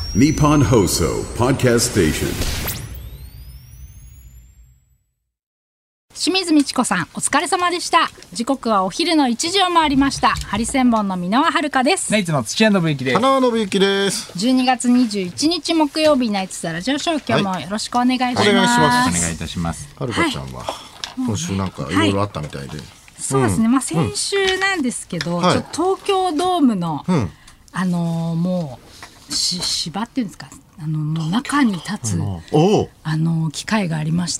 Nippon Hoso Podcast Station。 清水美智子さん、お疲れ様でした。時刻はお昼の1時を回りました。ハリセンボンの箕輪遥です。 ナイツの土屋信之です。 花輪信之です。 12月21日木曜日、ナイツザラジオショー、今日もよろしくお願いします。 お願いしますお願いいたします。 はるかちゃんは、今週なんかいろいろあったみたいで、 そうですね、先週なんですけど、 はいちょっと東京ドームの、もう芝っていうんですか、もう中に立つお機会がありまして、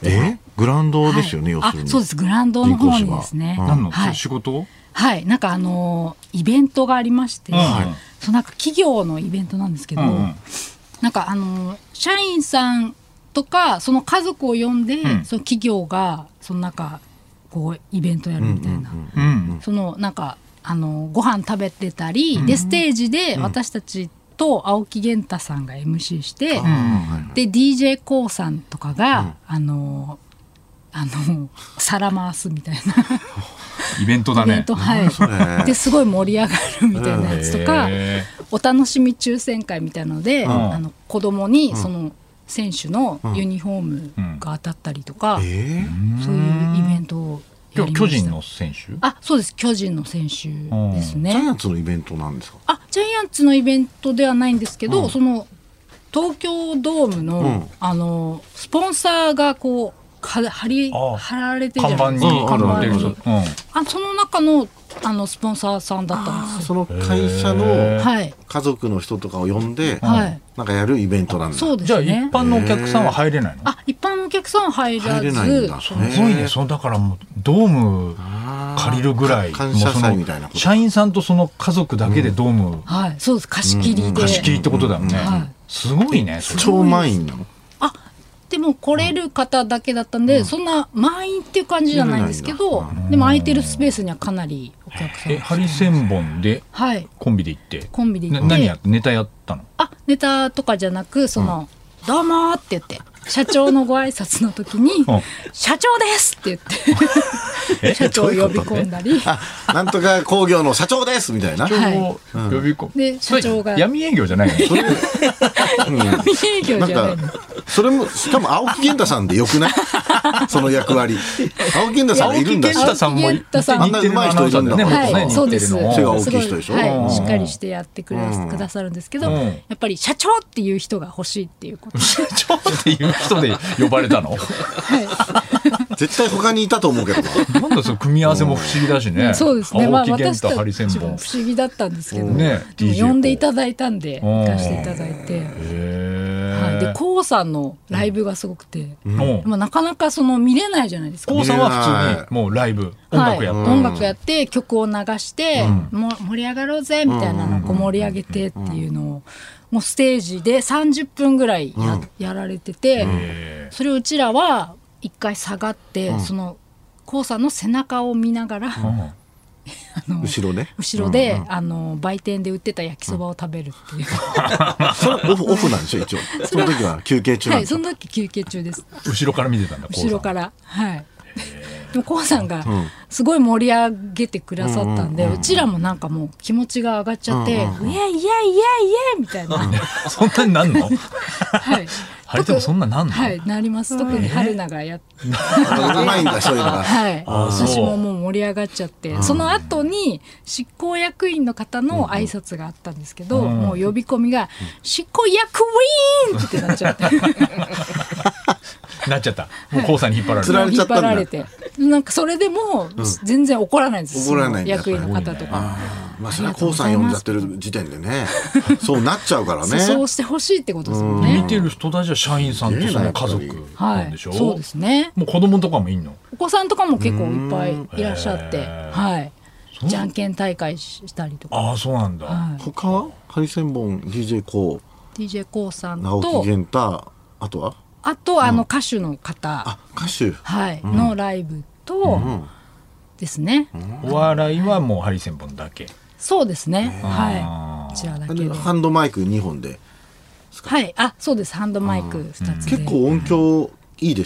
グラウンドですよね、要するに。 そうです、グラウンドの方にですね、 何の、 はい仕事？ はい、なんかイベントがありまして、そうなんか企業のイベントなんですけど、なんか社員さんとかその家族を呼んで、その企業がその中こうイベントやるみたいな、そのなんかご飯食べてたり、でステージで私たちと青木源太さんが MC して、で DJ コウさんとかが、皿回すみたいなイベントだね。 イベント、はい、ですごい盛り上がるみたいなやつとか、お楽しみ抽選会みたいなので、子供にその選手のユニフォームが当たったりとか、そういうイベントをやりました。 巨人の選手？ そうです、巨人の選手ですね。 ジャイアンツのイベントなんですか？ ジャイアンツのイベントではないんですけど、その東京ドームの、スポンサーがこう貼られてるじゃないですか、 看板に、 その中のスポンサーさんだったんですよ。 その会社の家族の人とかを呼んで、なんかやるイベントなんだ。 そうですじゃあ一ね。 般のお客さんは入れないの？ 一般のお客さんは入らず、 入れないんだ。 すごいね。そうだからもうドーム借りるぐらい、 感謝祭みたいなこと。 社員さんとその家族だけでドーム、 そうです、貸し切りで、 貸し切りってことだよね。すごいね。 超満員なの？ でも来れる方だけだったんで、そんな満員っていう感じじゃないんですけど、でも空いてるスペースにはかなりお客さん。 ハリセンボンでコンビで行って、 コンビで行って、 何やってネタやったの？ ネタとかじゃなく、その、どうもって言って社長のご挨拶の時に社長ですって言って社長を呼び込んだり、 なんとか工業の社長ですみたいな。 呼び込む。 で社長が闇営業じゃないの？ 闇営業じゃないの。 それもしかも青木源太さんでよくない？その役割。青木源太さんがいるんだし。 青木源太さんもあんな上手い人いるんだもん。 そうです。 背が大きい人でしょ。 しっかりしてやってくださるんですけど、やっぱり社長っていう人が欲しいっていうこと。 社長っていう人で呼ばれたの？ 絶対他にいたと思うけどな。 なんだその組み合わせも不思議だしね。 そうですね。 青木源私た太ハリセンちボンも不思議だったんですけど、 ね、 呼んでいただいたんで行かせていただいて、でコウさんのライブがすごくて、なかなかその見れないじゃないですか。 コウさんは普通にもうライブ音楽やって曲を流して、もう盛り上がろうぜみたいなのをこう盛り上げてっていうのをもうステージで30分ぐらいやられてて、それをうちらは一回下がって、そのコウさんの背中を見ながら、後ろで、売店で売ってた焼きそばを食べるっていう、 それオフなんでしょ一応。その時は休憩中なんですか？ はい、その時休憩中です。 後ろから見てたんだ。 後ろから、でもコウさんがすごい盛り上げてくださったんで、うちらもなんかもう気持ちが上がっちゃって、イエイイエイイエイイエイみたいな。 そんなになんの？ はい。 ハリセンボンそんななんの？ はい、なります。特に春菜がうまいんだそういうのが。 はい。私ももう盛り上がっちゃって、その後に執行役員の方の挨拶があったんですけど、もう呼び込みが執行役員ってなっちゃって。 なっちゃった。もうコウさんに引っ張られて。 釣られちゃったんだ。 引っ張られて、なんかそれでも全然怒らないんです。 怒らないんだ。 役員の方とか。 まあそれはコウさん呼んじゃってる時点でね、そうなっちゃうからね。 そうしてほしいってことですもんね。 見てる人たちは社員さんとその家族なんでしょ？ そうですね。 もう子供とかもいんの？ お子さんとかも結構いっぱいいらっしゃって、じゃんけん大会したりとか。 そうなんだ。 他はハリセンボン DJ コウさんと青木源太、あとは歌手の方、 歌手のライブとですね。 お笑いはもうハリセンボンだけ。 そうですね。こちらだけで。 ハンドマイク2本で。 はい、そうです。ハンドマイク2つで。 結構音響いいでしょ？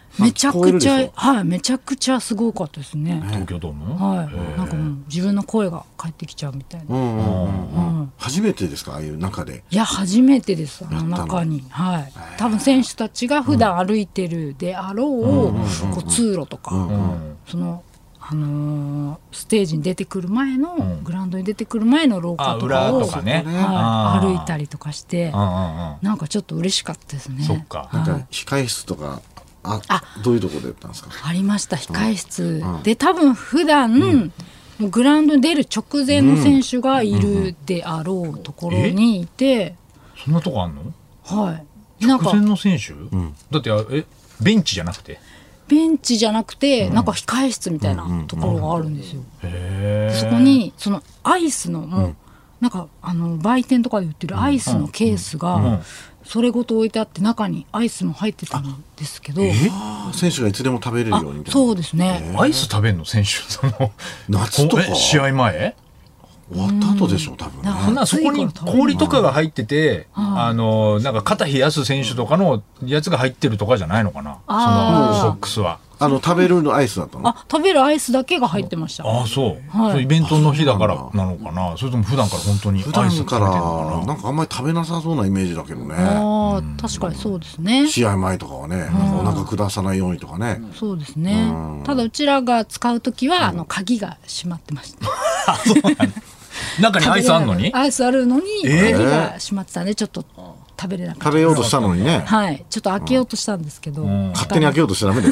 めちゃくちゃ、 聞こえるでしょはい、めちゃくちゃすごかったですね。 東京ドーム。 はい、なんかもう自分の声が返ってきちゃうみたいな。 初めてですか、ああいう中で。 いや初めてです、あのやったの中に。はい、多分選手たちが普段歩いてるであろう、こう通路とか、そのステージに出てくる前の、グラウンドに出てくる前の廊下とかを裏とかね、 はい、歩いたりとかして、なんかちょっと嬉しかったですね。 そっか。 なんか控室とかどういうところでやったんですか。 ありました、控室で。多分普段、もうグラウンドに出る直前の選手がいるであろうところにいて、 そんなとこあんの？ はい、なんか直前の選手？だってベンチじゃなくて。 ベンチじゃなくて、なんか控室みたいなところがあるんですよ。そこにそのアイスのもうなんか売店とかで売ってるアイスのケースがそれごと置いてあって、中にアイスも入ってたんですけど、 選手がいつでも食べれるようにみたいな。 そうですね。 アイス食べんの選手、その夏とか試合前？ 終わった後でしょ多分ね。 そんなそこに氷とかが入ってて、なんか肩冷やす選手とかのやつが入ってるとかじゃないのかな、そのソックスは。 食べるのアイスだったの。 食べるアイスだけが入ってました。 そう。イベントの日だからなのかな、それとも普段から本当に普段アイス食べてるかのかな。 らなんかあんまり食べなさそうなイメージだけどね。 確かにそうですね。 試合前とかはね、なんかお腹下さないようにとかね。 そうですね。ただうちらが使うときは鍵が閉まってました。 中にアイスあるのに？ アイスあるのに鍵が閉まってたんで、ちょっと食べれなかった。 食べようとしたのにね。 はい、ちょっと開けようとしたんですけど、 勝手に開けようとしちゃダメだよ。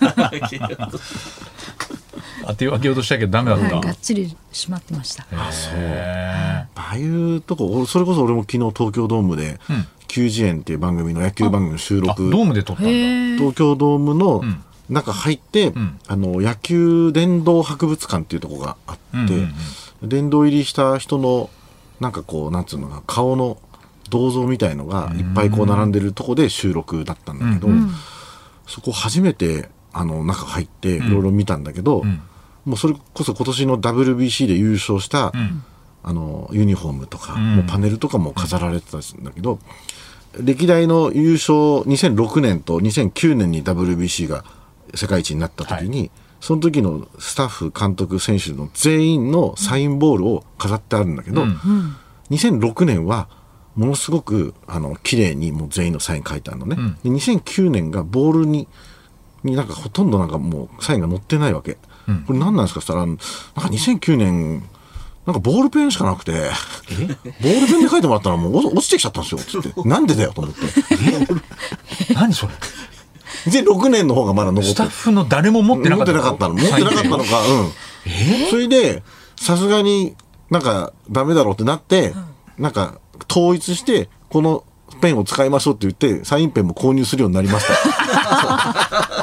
開けようとしたけどダメだった。 がっちり閉まってました。 ああいうとこ、それこそ俺も昨日東京ドームで球児園っていう番組の野球番組の収録、 ドームで撮ったんだ。 東京ドームの中入って、野球殿堂博物館っていうところがあって、殿堂入りした人のなんかこうなんつうのか、顔の銅像みたいのがいっぱいこう並んでるとこで収録だったんだけど、そこ初めて中入っていろいろ見たんだけど、もうそれこそ今年の WBC で優勝した、ユニフォームとか、もうパネルとかも飾られてたんだけど、歴代の優勝2006年と2009年に WBC が世界一になった時に、その時のスタッフ監督選手の全員のサインボールを飾ってあるんだけど、2006年はものすごく綺麗にもう全員のサイン書いてあるのね、で2009年がボールになんかほとんどなんかもうサインが載ってないわけ、これ何なんですかって言ったら、なんか2009年なんかボールペンしかなくて、ボールペンで書いてもらったらもう落ちてきちゃったんですよつって、なんでだよと思って。 何それ。 で6年の方がまだ残ってる。 スタッフの誰も持ってなかったの。持ってなかったのか、それでさすがになんかダメだろうってなって、なんか統一してこのペンを使いましょうって言ってサインペンも購入するようになりました。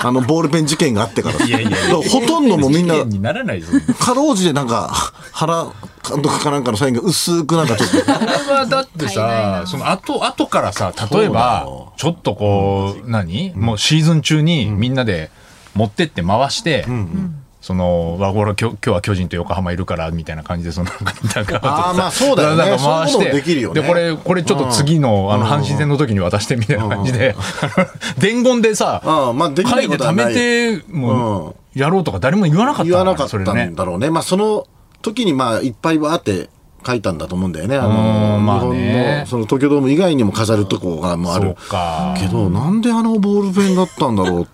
ボールペン事件があってから。ほとんどもみんなかろうじてなんか原監督かなんかのサインが薄くなんかちょっと。 これはだってさ、その後からさ、例えばちょっとこうもうシーズン中にみんなで持ってって回して、その今日は巨人と横浜いるからみたいな感じで、そのなんかまあそうだよね。 回して、でこれちょっと次の阪神戦の時に渡してみたいな感じで、伝言でさ書いて貯めてもやろうとか誰も言わなかったんだ。 言わなかったんだろうね。まあその時にいっぱいわーって書いたんだと思うんだよね。日本のその東京ドーム以外にも飾るとこがあるけど、なんでボールペンだったんだろうって。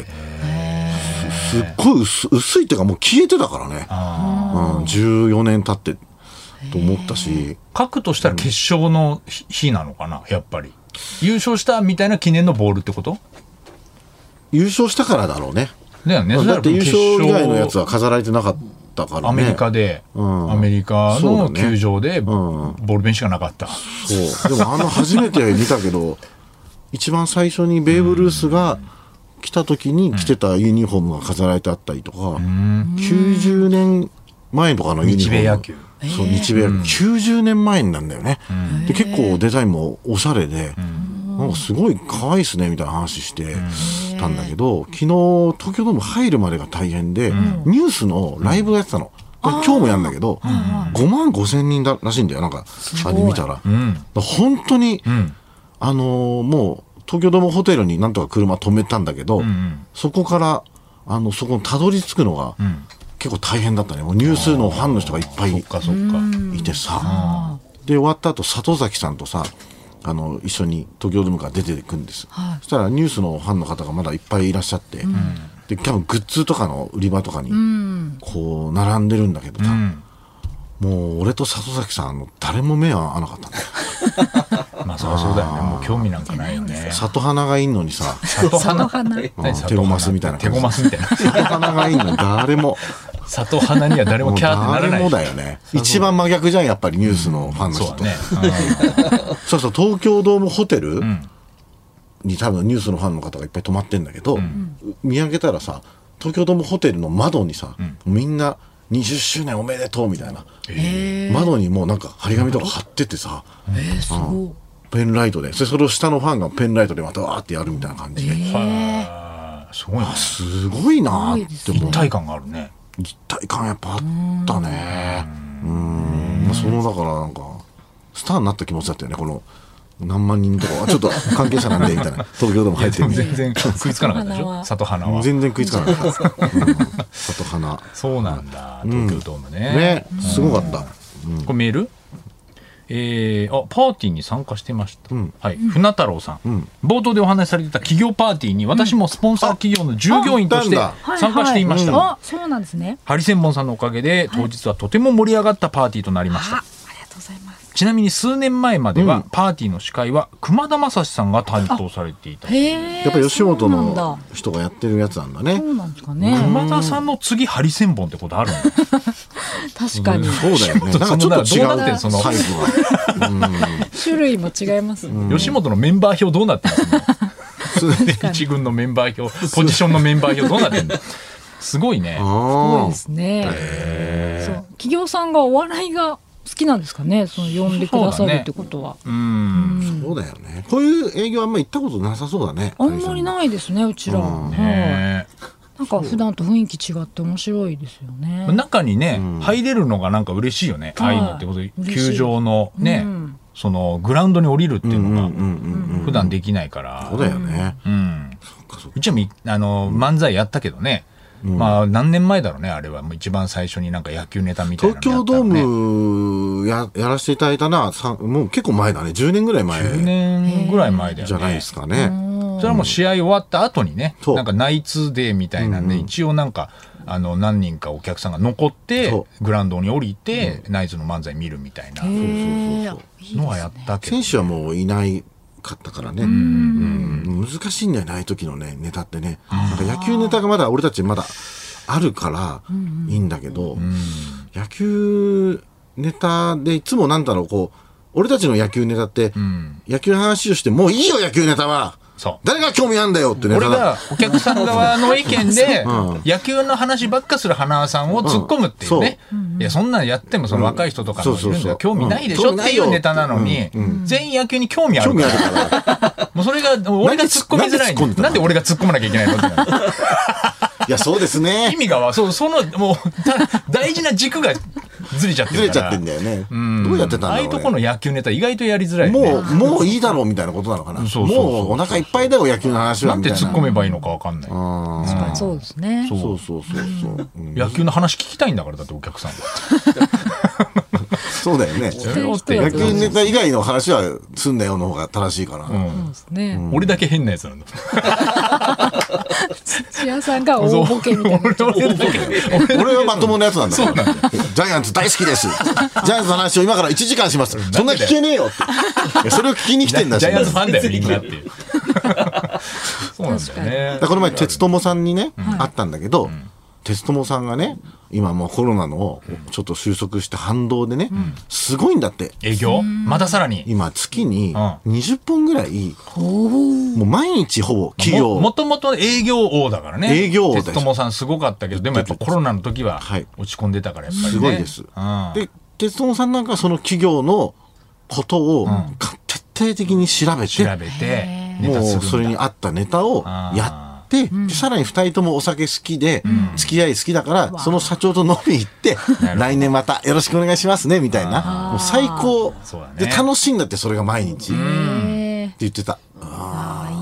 すっごい薄いっていうかもう消えてたからね、14年経ってと思ったし、 書くとしたら決勝の日なのかな、やっぱり優勝したみたいな記念のボールってこと？ 優勝したからだろうね。 だよね。 だって優勝以外のやつは飾られてなかったからね。 アメリカの球場でボールペンしかなかった。 そうでも初めて見たけど一番最初にベーブ・ルースが来た時に着てたユニフォームが飾られてあったりとか、90年前とかのユニフォーム、 日米野球、 そう日米野球、90年前なんだよね。で結構デザインもおしゃれで、なんかすごい可愛いですねみたいな話してたんだけど、昨日東京ドーム入るまでが大変で、ニュースのライブをやってたの。今日もやるんだけど、5万5千人らしいんだよ。なんかあれ見たら、本当にもう東京ドームホテルになんとか車止めたんだけど、そこからそこにたどり着くのが結構大変だったね。もうニュースのファンの人がいっぱいいてさ、で終わった後里崎さんとさ一緒に東京ドームから出ていくんです、そしたらニュースのファンの方がまだいっぱいいらっしゃって、で多分グッズとかの売り場とかにこう並んでるんだけどさ、もう俺と里崎さん誰も目は合わなかったんだよ。 まあそうだよね。もう興味なんかないよね。 里花がいんのにさ、 里花手ごますみたいな手ごますみたいな。 里花がいんのに誰も里花には誰もキャーってならない。 誰もだよね。一番真逆じゃんやっぱりニュースのファンの人と。そうそう、東京ドームホテルに多分ニュースのファンの方がいっぱい泊まってんだけど、見上げたらさ、東京ドームホテルの窓にさ、みんな20周年おめでとうみたいな、窓にもうなんか張り紙とか貼っててさ、ペンライトで、それを下のファンがペンライトでまたわーってやるみたいな感じで、すごいね。すごいなーって思う。 一体感があるね。 一体感やっぱあったね。まあそのだからなんかスターになった気持ちだったよね。この何万人とかちょっと関係者なんでみたいな、東京でも入ってるんで全然食いつかなかったでしょ、里花は。 全然食いつかなかった里花。 そうなんだ、東京ドームね。すごかった。 これメール、パーティーに参加してました、はい、船太郎さん、冒頭でお話しされてた企業パーティーに私もスポンサー企業の従業員として参加していました。 そうなんですね。 ハリセンボンさんのおかげで当日はとても盛り上がったパーティーとなりました。 ありがとうございます。 ちなみに数年前まではパーティーの司会は熊田正史さんが担当されていた。 やっぱ吉本の人がやってるやつなんだね。 そうなんですかね。 熊田さんの次ハリセンボンってことあるんだ。 確かに。 そうだよね。なんかちょっと違うってそのサイズが。 種類も違います。 吉本のメンバー表どうなってるの？一軍のメンバー表、ポジションのメンバー表どうなってるの？すごいね。 すごいですね。そう、企業さんがお笑いが好きなんですかね。その呼んでくださるってことは。 そうだよね。こういう営業あんまり行ったことなさそうだね。 あんまりないですね、うちら。なんか普段と雰囲気違って面白いですよね。 中にね、入れるのがなんか嬉しいよね。ああいうのってことで、球場のね、そのグラウンドに降りるっていうのが普段できないから。 そうだよね。 うちは漫才やったけどね。まあ何年前だろうね、あれは。もう一番最初になんか野球ネタみたいなのやったのね。 東京ドームやらせていただいたな、もう結構前だね。10年ぐらい前。 10年ぐらい前だよね。 じゃないですかね。 それはもう試合終わった後にね、なんかナイツデーみたいなんで、一応なんか何人かお客さんが残ってグラウンドに降りてナイツの漫才見るみたいなのはやったけど、 選手はもういないかったからね。難しいんだよね、ああいう時のねネタってね。なんか野球ネタがまだ俺たちまだあるからいいんだけど、野球ネタでいつもなんだろう、こう俺たちの野球ネタって、野球の話をしてもういいよ野球ネタは。誰が興味あんだよってね。 俺がお客さん側の意見で野球の話ばっかする花輪さんを突っ込むっていうね。いやそんなんやってもその若い人とかもいるんだよ、興味ないでしょっていうネタなのに、全員野球に興味あるから、もうそれが俺が突っ込みづらい。なんで俺が突っ込まなきゃいけないのってなる。 いやそうですね。 意味がそのもう大事な軸がずれちゃってるから。ずれちゃってんだよね。どうやってたんだろうね。 ああいうとこの野球ネタ意外とやりづらい。 もういいだろうみたいなことなのかな。もうお腹いっぱいだよ野球の話はみたいな。 なんで突っ込めばいいのかわかんない。 確かにそうですね。 そう。 野球の話聞きたいんだから、だってお客さんは。 そうだよね。野球ネタ以外の話はすんだよの方が正しいから。 俺だけ変なやつなんだ。 土屋さんが大ボケみたいな。 俺はまともなやつなんだ。ジャイアンツ大好きです。ジャイアンツの話を今から1時間します。そんな聞けねえよって。それを聞きに来てんだし。 ジャイアンツファンだよみんなっていう。そうなんだよね。 この前鉄友さんにね会ったんだけど、鉄友さんがね今もうコロナのちょっと収束して反動でね、すごいんだって。 営業またさらに今月に20本ぐらい、もう毎日ほぼ企業、 もともと営業王だからね。 営業王です。 鉄友さんすごかったけど、でもやっぱコロナの時は落ち込んでたからやっぱりね。 すごいです。で鉄友さんなんかその企業のことを徹底的に調べてもうそれに合ったネタをやって、さらに2人ともお酒好きで、付き合い好きだから、その社長と飲み行って、来年またよろしくお願いしますねみたいな、もう最高で楽しいんだって、それが毎日って言ってた。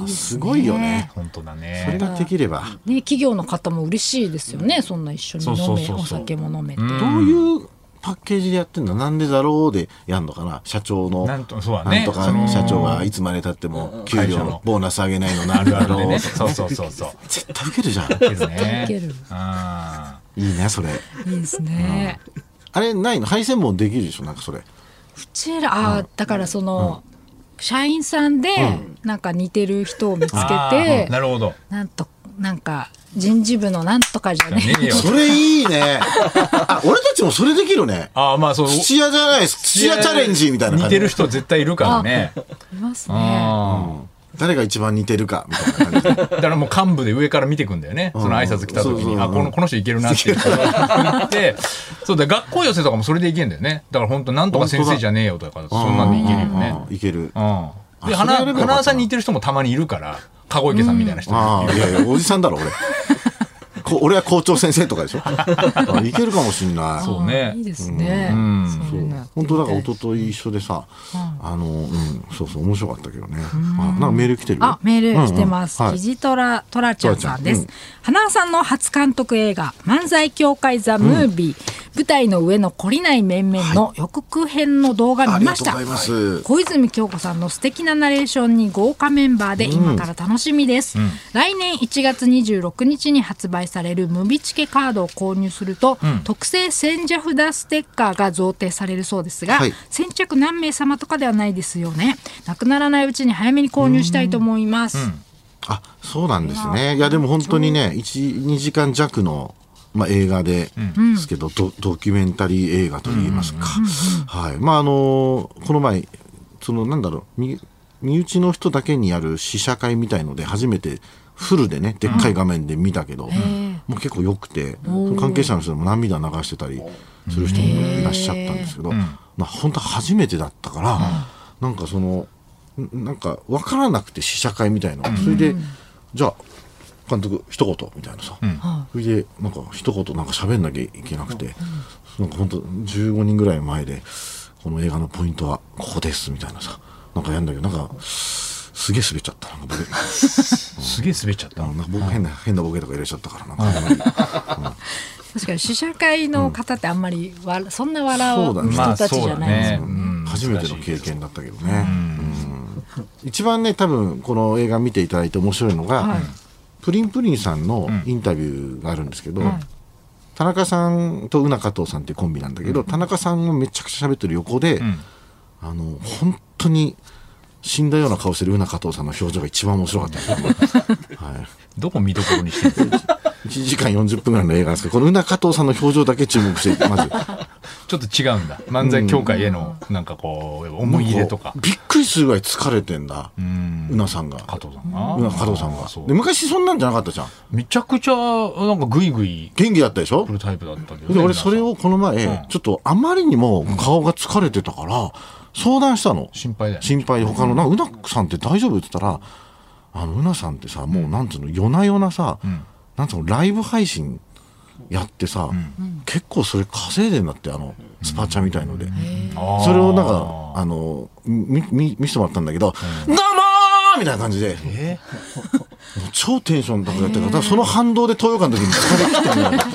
すごいよね。 本当だそれね。 ができれば。 ね、企業の方も嬉しいですよね、そんな一緒に飲め、 そうそうそうそうお酒も飲めて。 どういうパッケージでやってんの？なんでだろうでやんのかな。社長のなんとそうだねなんとかその社長がいつまで経っても給会社の料ボーナス上げないのなんあるだろう。 あるでね。そうそうそうそう。 絶対ウケるじゃん。 いけるね。 いけるあいいねそれ。 いいですね。 あれないの？配線もできるでしょなんかそれ。 うちらだからその、社員さんでなんか似てる人を見つけて、 なるほど。 なんか人事部のなんとかじゃねねえよ。 それいいね。あ、俺たちもそれできるね。 ああまあそう。 土屋じゃないです。土屋チャレンジみたいな感じ。 似てる人絶対いるからね。 いますね。 あ誰が一番似てるかみたいな感じで。 あ。だからもう幹部で上から見てくんだよね。その挨拶来た時に、あこの人いけるなって言って、そうだ学校寄せとかもそれでいけんだよね。だから本当なんとか先生じゃねえよとかそんなんでいけるよね。 いける。 うん。であそれやればよかったな花輪さんに似てる人もたまにいるから、籠池さんみたいな人ああ、いやいや、おじさんだろ、俺。俺は校長先生とかでしょ。あいけるかもしんない。 そうねいいですね。そういうの本当だから一昨日一緒でさ、そうそう面白かったけどね。なんかメール来てるよ。 あ、メール来てます。 はいキジトラトラちゃんさんです。 うん花輪さんの初監督映画漫才協会ザムービー、舞台の上の懲りない面々の予告編の動画見ました。 ありがとうございます。 小泉京子さんの素敵なナレーションに豪華メンバーで今から楽しみです、来年1月26日に発売されるムビチケカードを購入すると、特製千社札ステッカーが贈呈されるそうですが、 はい先着何名様とかではないですよね。なくならないうちに早めに購入したいと思います、 あ、そうなんですね。いやでも本当にね、2時間弱の映画ですけど、ドキュメンタリー映画といいますか、はい。この前そのなんだろう身内の人だけにやる試写会みたいので初めてフルでねでっかい画面で見たけど、もう結構良くて、その関係者の人でも涙流してたりする人もいらっしゃったんですけど、本当初めてだったから、なんかそのなんか分からなくて試写会みたいな、それでじゃあ監督一言みたいなさ、それでなんか一言なんか喋んなきゃいけなくて、なんか本当15人ぐらい前でこの映画のポイントはここですみたいなさ、なんかやんだけどなんかすげえ滑っちゃった。なんか僕すげえ滑っちゃった。 なんか僕変なボケとか入れちゃったからなんか確かに試写会の方ってあんまりそんな笑そうだねう人たちじゃないですよね。 初めての経験だったけどね。一番ね多分この映画見ていただいて面白いのが、プリンプリンさんのインタビューがあるんですけど、田中さんとうな加藤さんっていうコンビなんだけど、田中さんがめちゃくちゃ喋ってる横で、本当に死んだような顔してるうな加藤さんの表情が一番面白かったですね。 どこ見どころにしてるんですか。 1時間40分ぐらいの映画ですけど、このうな加藤さんの表情だけ注目してまずちょっと違うんだ。漫才協会へのなんかこう思い入れとか。 びっくりするぐらい疲れてんだ、うなさんが。 加藤さんが。 うな加藤さんが。で昔そんなんじゃなかったじゃん。 めちゃくちゃなんかグイグイ元気だったでしょ。 来るタイプだったけど、 で俺それをこの前、ちょっとあまりにも顔が疲れてたから相談したの。 心配だよね。 心配で他のうなさんって大丈夫って言ったら、うなさんってさもうなんつうの夜な夜なさ、なんつうのライブ配信やってさ、結構それ稼いでんだって、スパチャみたいので、それをなんか見せてもらったんだけど、どうもーみたいな感じで、超テンション高くやってるから、その反動で東洋館の時に疲れ切ってるんだよ。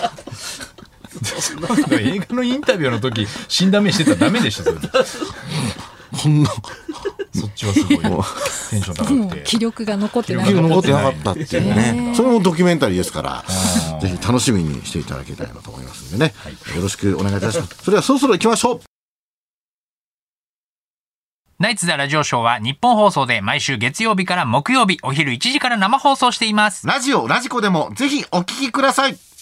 映画のインタビューの時死んだ目してたらダメでした。それこんなそっちはすごいテンション高くて気力が残ってない。 残ってなかったっていうね、それもドキュメンタリーですからぜひ楽しみにしていただきたいなと思いますんでね、よろしくお願いいたします。それではそろそろ行きましょう。 ナイツザラジオショーは日本放送で毎週月曜日から木曜日お昼1時から生放送しています。 ラジコでもぜひお聞きください。